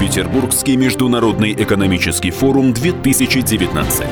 Петербургский международный экономический форум 2019.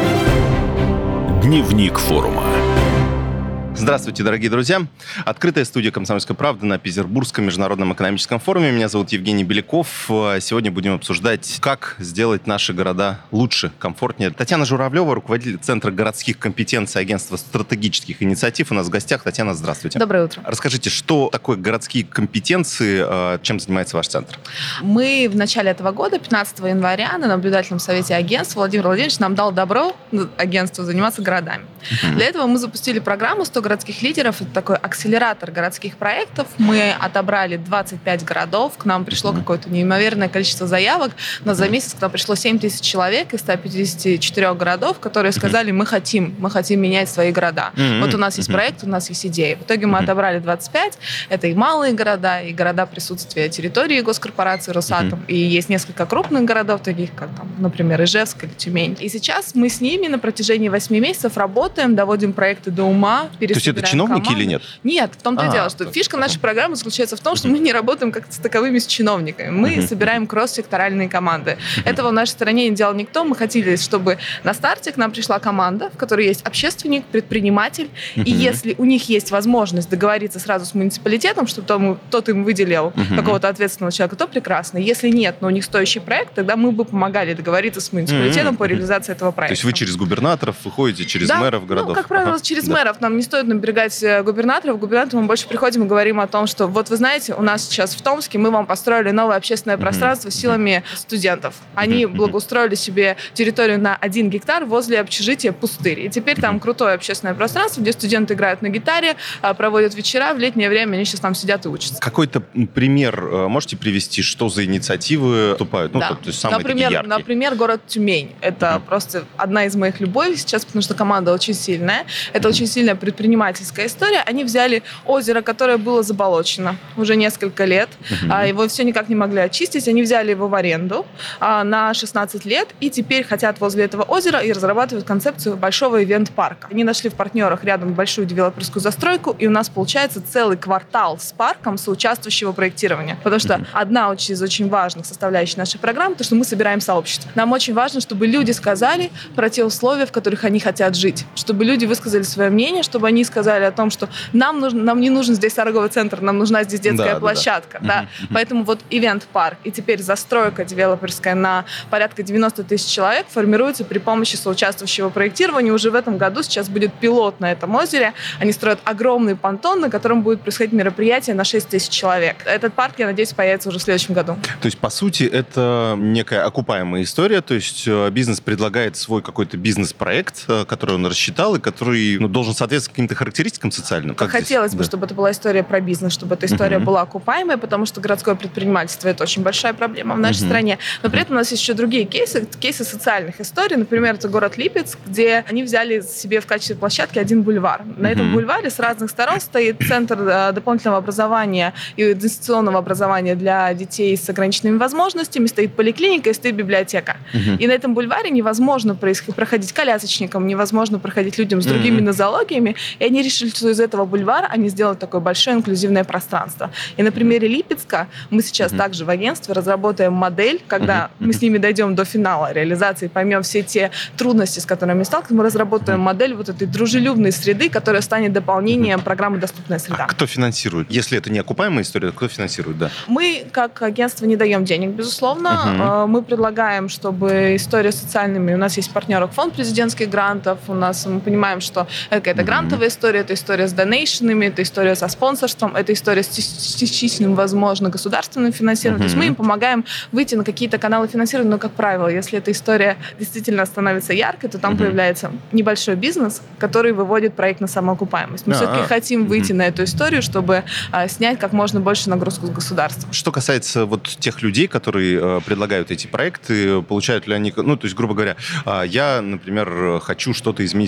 Дневник форума. Здравствуйте, дорогие друзья. Открытая студия «Комсомольской правды» на Петербургском международном экономическом форуме. Меня зовут Евгений Беляков. Сегодня будем обсуждать, как сделать наши города лучше, комфортнее. Татьяна Журавлева, руководитель Центра городских компетенций Агентства стратегических инициатив. У нас в гостях. Татьяна, здравствуйте. Доброе утро. Расскажите, что такое городские компетенции, чем занимается ваш центр? Мы в начале этого года, 15 января, на наблюдательном совете агентства Владимир Владимирович нам дал добро агентству заниматься городами. Для этого мы запустили программу «100 городских лидеров». Это такой акселератор городских проектов. Мы отобрали 25 городов. К нам пришло какое-то неимоверное количество заявок. Но за месяц к нам пришло 7 тысяч человек из 154 городов, которые сказали, мы хотим менять свои города. Вот у нас есть проект, у нас есть идеи. В итоге мы отобрали 25. Это и малые города, и города присутствия территории госкорпорации «Росатом». И есть несколько крупных городов, таких как, например, Ижевск или Тюмень. И сейчас мы с ними на протяжении 8 месяцев работаем, доводим проекты до ума, То есть это чиновники команды. или нет? Нет, в том-то и дело, что фишка нашей программы заключается в том, что мы не работаем как с таковыми с чиновниками. Мы собираем кросс-секторальные команды. Этого в нашей стране не делал никто. Мы хотели, чтобы на старте к нам пришла команда, в которой есть общественник, предприниматель. И если у них есть возможность договориться сразу с муниципалитетом, чтобы тот им выделил какого-то ответственного человека, то прекрасно. Если нет, но у них стоящий проект, тогда мы бы помогали договориться с муниципалитетом по реализации этого проекта. То есть вы через губернаторов выходите, через мэров городов? Ну, как правило, через мэров. Нам не стоит наберегать губернаторов. Губернаторам мы больше приходим и говорим о том, что вот вы знаете, у нас сейчас в Томске мы вам построили новое общественное пространство силами студентов. Они благоустроили себе территорию на 1 гектар возле общежития «Пустырь». И теперь там крутое общественное пространство, где студенты играют на гитаре, проводят вечера. В летнее время они сейчас там сидят и учатся. Какой-то пример можете привести, что за инициативы вступают? Да. То есть самые такие яркие. Например, город Тюмень. Это просто одна из моих любовей сейчас, потому что команда очень сильная. Это очень сильная предпринимательская история. Они взяли озеро, которое было заболочено уже несколько лет. Его все никак не могли очистить. Они взяли его в аренду на 16 лет и теперь хотят возле этого озера и разрабатывают концепцию большого ивент-парка. Они нашли в партнерах рядом большую девелоперскую застройку, и у нас получается целый квартал с парком соучаствующего проектирования. Потому что одна из очень важных составляющих нашей программы, то, что мы собираем сообщество. Нам очень важно, чтобы люди сказали про те условия, в которых они хотят жить. Чтобы люди высказали свое мнение, чтобы они сказали о том, что нам не нужен здесь торговый центр, нам нужна здесь детская площадка. Да. Поэтому вот ивент-парк и теперь застройка девелоперская на порядка 90 тысяч человек формируется при помощи соучаствующего проектирования. Уже в этом году сейчас будет пилот на этом озере. Они строят огромный понтон, на котором будет происходить мероприятие на 6 тысяч человек. Этот парк, я надеюсь, появится уже в следующем году. То есть, по сути, это некая окупаемая история, то есть бизнес предлагает свой какой-то бизнес-проект, который он рассчитал и который должен соответствовать каким-то характеристикам социальным. Хотелось бы, чтобы это была история про бизнес, чтобы эта история была окупаемой, потому что городское предпринимательство – это очень большая проблема в нашей стране. Но при этом у нас есть еще другие кейсы социальных историй. Например, это город Липецк, где они взяли себе в качестве площадки один бульвар. На этом бульваре с разных сторон стоит центр дополнительного образования и дистанционного образования для детей с ограниченными возможностями, стоит поликлиника и стоит библиотека. И на этом бульваре невозможно проходить колясочникам, невозможно проходить людям с другими нозологиями. И они решили, что из этого бульвара они сделают такое большое инклюзивное пространство. И на примере Липецка мы сейчас также в агентстве разработаем модель, когда мы с ними дойдем до финала реализации, поймем все те трудности, с которыми сталкиваемся, мы разработаем модель вот этой дружелюбной среды, которая станет дополнением программы «Доступная среда». А кто финансирует? Если это не окупаемая история, то кто финансирует, да? Мы, как агентство, не даем денег, безусловно. Мы предлагаем, чтобы история с социальными... У нас есть партнеры фонд президентских грантов. Мы понимаем, что это какая-то грантовая история, это история с донейшенами, это история со спонсорством, это история с частичным, возможно, государственным финансированием. То есть мы им помогаем выйти на какие-то каналы финансирования, но, как правило, если эта история действительно становится яркой, то там появляется небольшой бизнес, который выводит проект на самоокупаемость. Мы все-таки хотим выйти на эту историю, чтобы снять как можно больше нагрузку с государства. Что касается вот тех людей, которые предлагают эти проекты, получают ли они... то есть, грубо говоря, я, например, хочу что-то изменить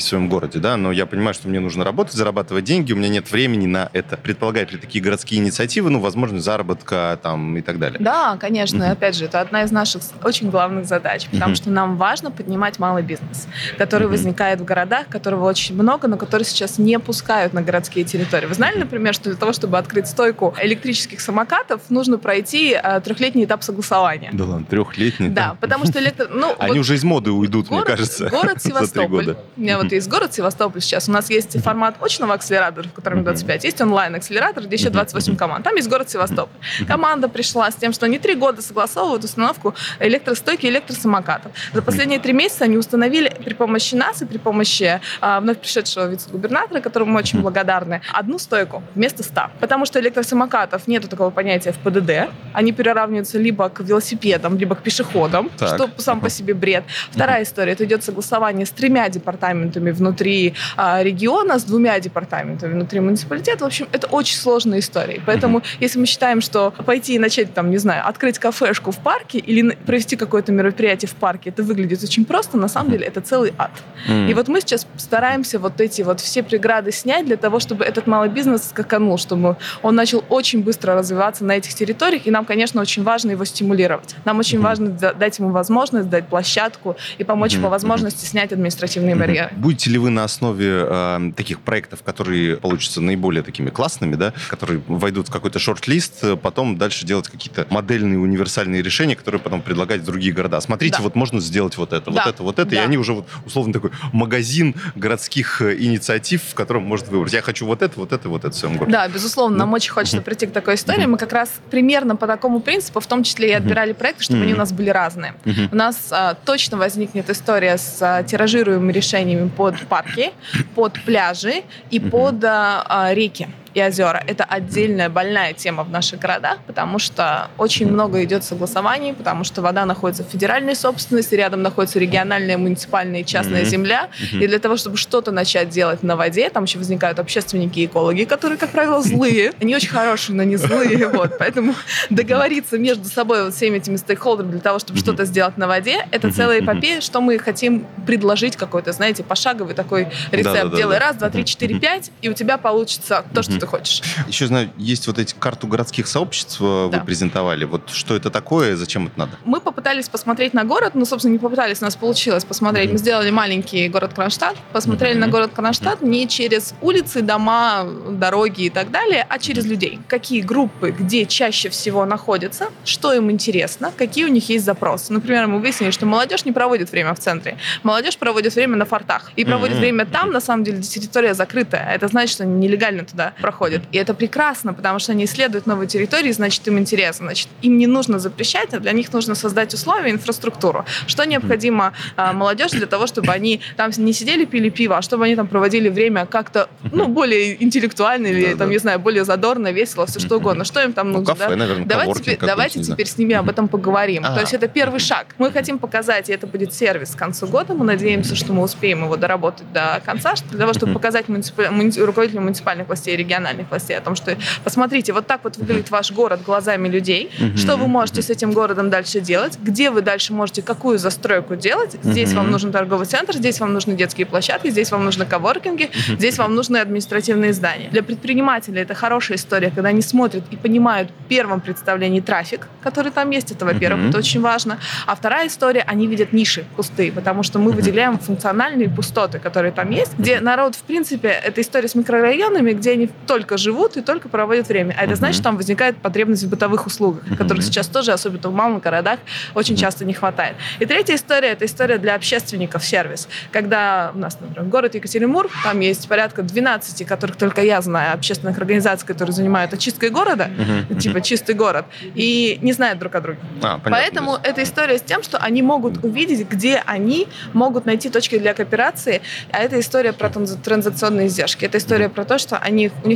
в своем городе, да, но я понимаю, что мне нужно работать, зарабатывать деньги, у меня нет времени на это. Предполагают ли такие городские инициативы, возможность заработка там и так далее? Да, конечно. Опять же, это одна из наших очень главных задач, потому что нам важно поднимать малый бизнес, который возникает в городах, которого очень много, но который сейчас не пускают на городские территории. Вы знали, например, что для того, чтобы открыть стойку электрических самокатов, нужно пройти 3-летний этап согласования? Да ладно, 3-летний? Да, потому что Они уже из моды уйдут, мне кажется. Город за 3 Севастополь. года. У меня вот есть город Севастополь сейчас. У нас есть формат очного акселератора, в котором 25. Есть онлайн-акселератор, где еще 28 команд. Там есть город Севастополь. Команда пришла с тем, что они 3 года согласовывают установку электростойки, электросамокатов. За последние 3 месяца они установили при помощи нас и при помощи вновь пришедшего вице-губернатора, которому мы очень благодарны, 1 стойку вместо 100. Потому что электросамокатов нету такого понятия в ПДД. Они приравниваются либо к велосипедам, либо к пешеходам, что сам по себе бред. Вторая история. Это идет согласование с 3 департаментами внутри региона, с 2 департаментами внутри муниципалитета. В общем, это очень сложная история. Поэтому, если мы считаем, что пойти и начать, там, не знаю, открыть кафешку в парке или провести какое-то мероприятие в парке, это выглядит очень просто, на самом деле это целый ад. И вот мы сейчас стараемся вот эти вот все преграды снять для того, чтобы этот малый бизнес скаканул, чтобы он начал очень быстро развиваться на этих территориях, и нам, конечно, очень важно его стимулировать. Нам очень важно дать ему возможность, дать площадку и помочь по возможности снять административные барьеры. Будете ли вы на основе таких проектов, которые получатся наиболее такими классными, да, которые войдут в какой-то шорт-лист, потом дальше делать какие-то модельные универсальные решения, которые потом предлагать в другие города? Смотрите, вот можно сделать вот это, вот это, и они уже вот, условно такой магазин городских инициатив, в котором может выбрать. Я хочу вот это в своем городе. Да, безусловно, нам очень хочется прийти к такой истории. Мы как раз примерно по такому принципу, в том числе и отбирали проекты, чтобы они у нас были разные. У нас точно возникнет история с тиражируемыми решениями под парки, под пляжи и под реки и озера. Это отдельная больная тема в наших городах, потому что очень много идет согласований, потому что вода находится в федеральной собственности, рядом находится региональная, муниципальная и частная земля. И для того, чтобы что-то начать делать на воде, там еще возникают общественники и экологи, которые, как правило, злые. Они очень хорошие, но не злые. Поэтому договориться между собой вот всеми этими стейкхолдерами для того, чтобы что-то сделать на воде, это целая эпопея, что мы хотим предложить какой-то, знаете, пошаговый такой рецепт. Делай 1, 2, 3, 4, 5, и у тебя получится то, что ты хочешь. Еще знаю, есть вот эти карту городских сообществ вы презентовали. Вот что это такое, зачем это надо? Мы попытались посмотреть на город, собственно, не попытались, у нас получилось посмотреть. Мы сделали маленький город Кронштадт, посмотрели на город Кронштадт не через улицы, дома, дороги и так далее, а через людей. Какие группы, где чаще всего находятся, что им интересно, какие у них есть запросы. Например, мы выяснили, что молодежь не проводит время в центре. Молодежь проводит время на фортах. И проводит время там, на самом деле, территория закрытая. Это значит, что они нелегально туда проходят. И это прекрасно, потому что они исследуют новые территории, значит, им интересно. Значит, им не нужно запрещать, а для них нужно создать условия, инфраструктуру. Что необходимо молодежи для того, чтобы они там не сидели, пили пиво, а чтобы они там проводили время как-то, более интеллектуально или, не знаю, более задорно, весело, все что угодно. Что им там нужно? Кафе, наверное, давайте теперь с ними об этом поговорим. То есть это первый шаг. Мы хотим показать, и это будет сервис к концу года. Мы надеемся, что мы успеем его доработать до конца, для того, чтобы показать руководителям муниципальных властей и региональных властей о том, что посмотрите, вот так вот выглядит ваш город глазами людей, что вы можете с этим городом дальше делать, где вы дальше можете какую застройку делать. Здесь вам нужен торговый центр, здесь вам нужны детские площадки, здесь вам нужны коворкинги, здесь вам нужны административные здания. Для предпринимателей это хорошая история, когда они смотрят и понимают в первом представлении трафик, который там есть, это, во-первых, это очень важно. А вторая история, они видят ниши пустые, потому что мы выделяем функциональные пустоты, которые там есть, где народ, в принципе, это история с микрорайонами, где они только живут и только проводят время. А это значит, что там возникает потребность в бытовых услугах, которых сейчас тоже, особенно в малых городах, очень часто не хватает. И третья история, это история для общественников, сервис. Когда у нас, например, город Екатеринбург, там есть порядка 12, которых только я знаю, общественных организаций, которые занимаются очисткой города, типа чистый город, и не знают друг о друге. Поэтому эта история с тем, что они могут увидеть, где они могут найти точки для кооперации, а это история про транзакционные издержки. Это история про то, что у них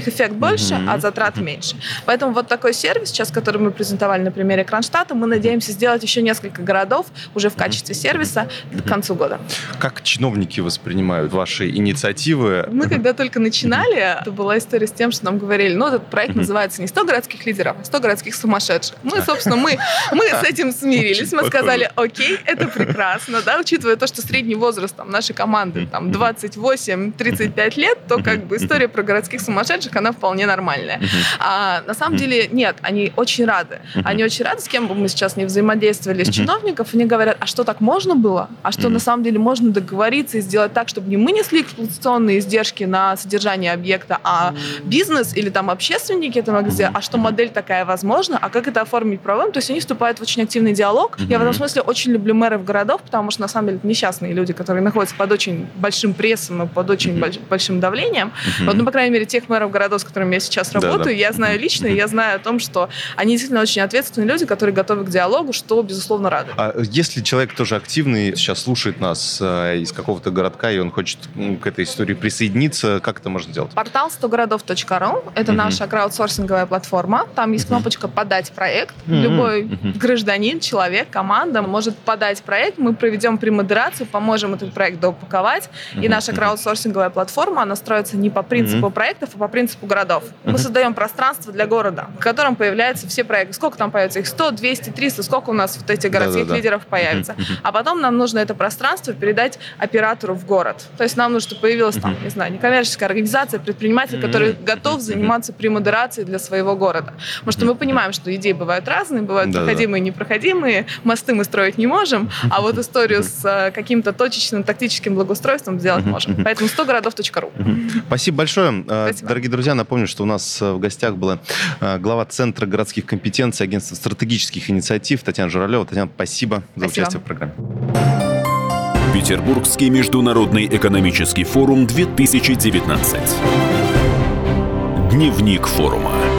них эффект больше, а затрат меньше. Поэтому вот такой сервис, сейчас, который мы презентовали на примере Кронштадта, мы надеемся сделать еще несколько городов уже в качестве сервиса к концу года. Как чиновники воспринимают ваши инициативы? Мы когда только начинали, это была история с тем, что нам говорили, этот проект называется не 100 городских лидеров, а 100 городских сумасшедших. Собственно, мы с этим смирились. Мы сказали, окей, это прекрасно, да, учитывая то, что средний возраст нашей команды 28-35 лет, то история про городских сумасшедших, она вполне нормальная. А на самом деле нет, они очень рады. Они очень рады, с кем бы мы сейчас не взаимодействовали, с чиновников, они говорят, а что, так можно было? А что на самом деле можно договориться и сделать так, чтобы не мы несли эксплуатационные издержки на содержание объекта, а бизнес или общественники это могли сделать, а что модель такая возможна, а как это оформить правом? То есть они вступают в очень активный диалог. Я в этом смысле очень люблю мэров городов, потому что на самом деле это несчастные люди, которые находятся под очень большим прессом и под очень большим давлением. По крайней мере, тех мэров городов, с которыми я сейчас работаю, я знаю лично, и я знаю о том, что они действительно очень ответственные люди, которые готовы к диалогу, что, безусловно, радует. А если человек тоже активный, сейчас слушает нас из какого-то городка, и он хочет к этой истории присоединиться, как это можно сделать? Портал 100городов.ру — это наша краудсорсинговая платформа. Там есть кнопочка «Подать проект». Любой гражданин, человек, команда может подать проект. Мы проведем премодерацию, поможем этот проект доупаковать. И наша краудсорсинговая платформа, она строится не по принципу проектов, а по принципу городов. Мы создаем пространство для города, в котором появляются все проекты. Сколько там появится? Их 100, 200, 300. Сколько у нас этих городских лидеров появится? А потом нам нужно это пространство передать оператору в город. То есть нам нужно, чтобы появилась некоммерческая организация, предприниматель, который готов заниматься премодерацией для своего города. Потому что мы понимаем, что идеи бывают разные, бывают проходимые и непроходимые. Мосты мы строить не можем, а вот историю с каким-то точечным тактическим благоустройством сделать можем. Поэтому 100городов.ру. Спасибо большое. Спасибо. Дорогие друзья, напомню, что у нас в гостях была глава Центра городских компетенций Агентства стратегических инициатив Татьяна Журавлева. Татьяна, спасибо за участие в программе. Петербургский международный экономический форум 2019. Дневник форума.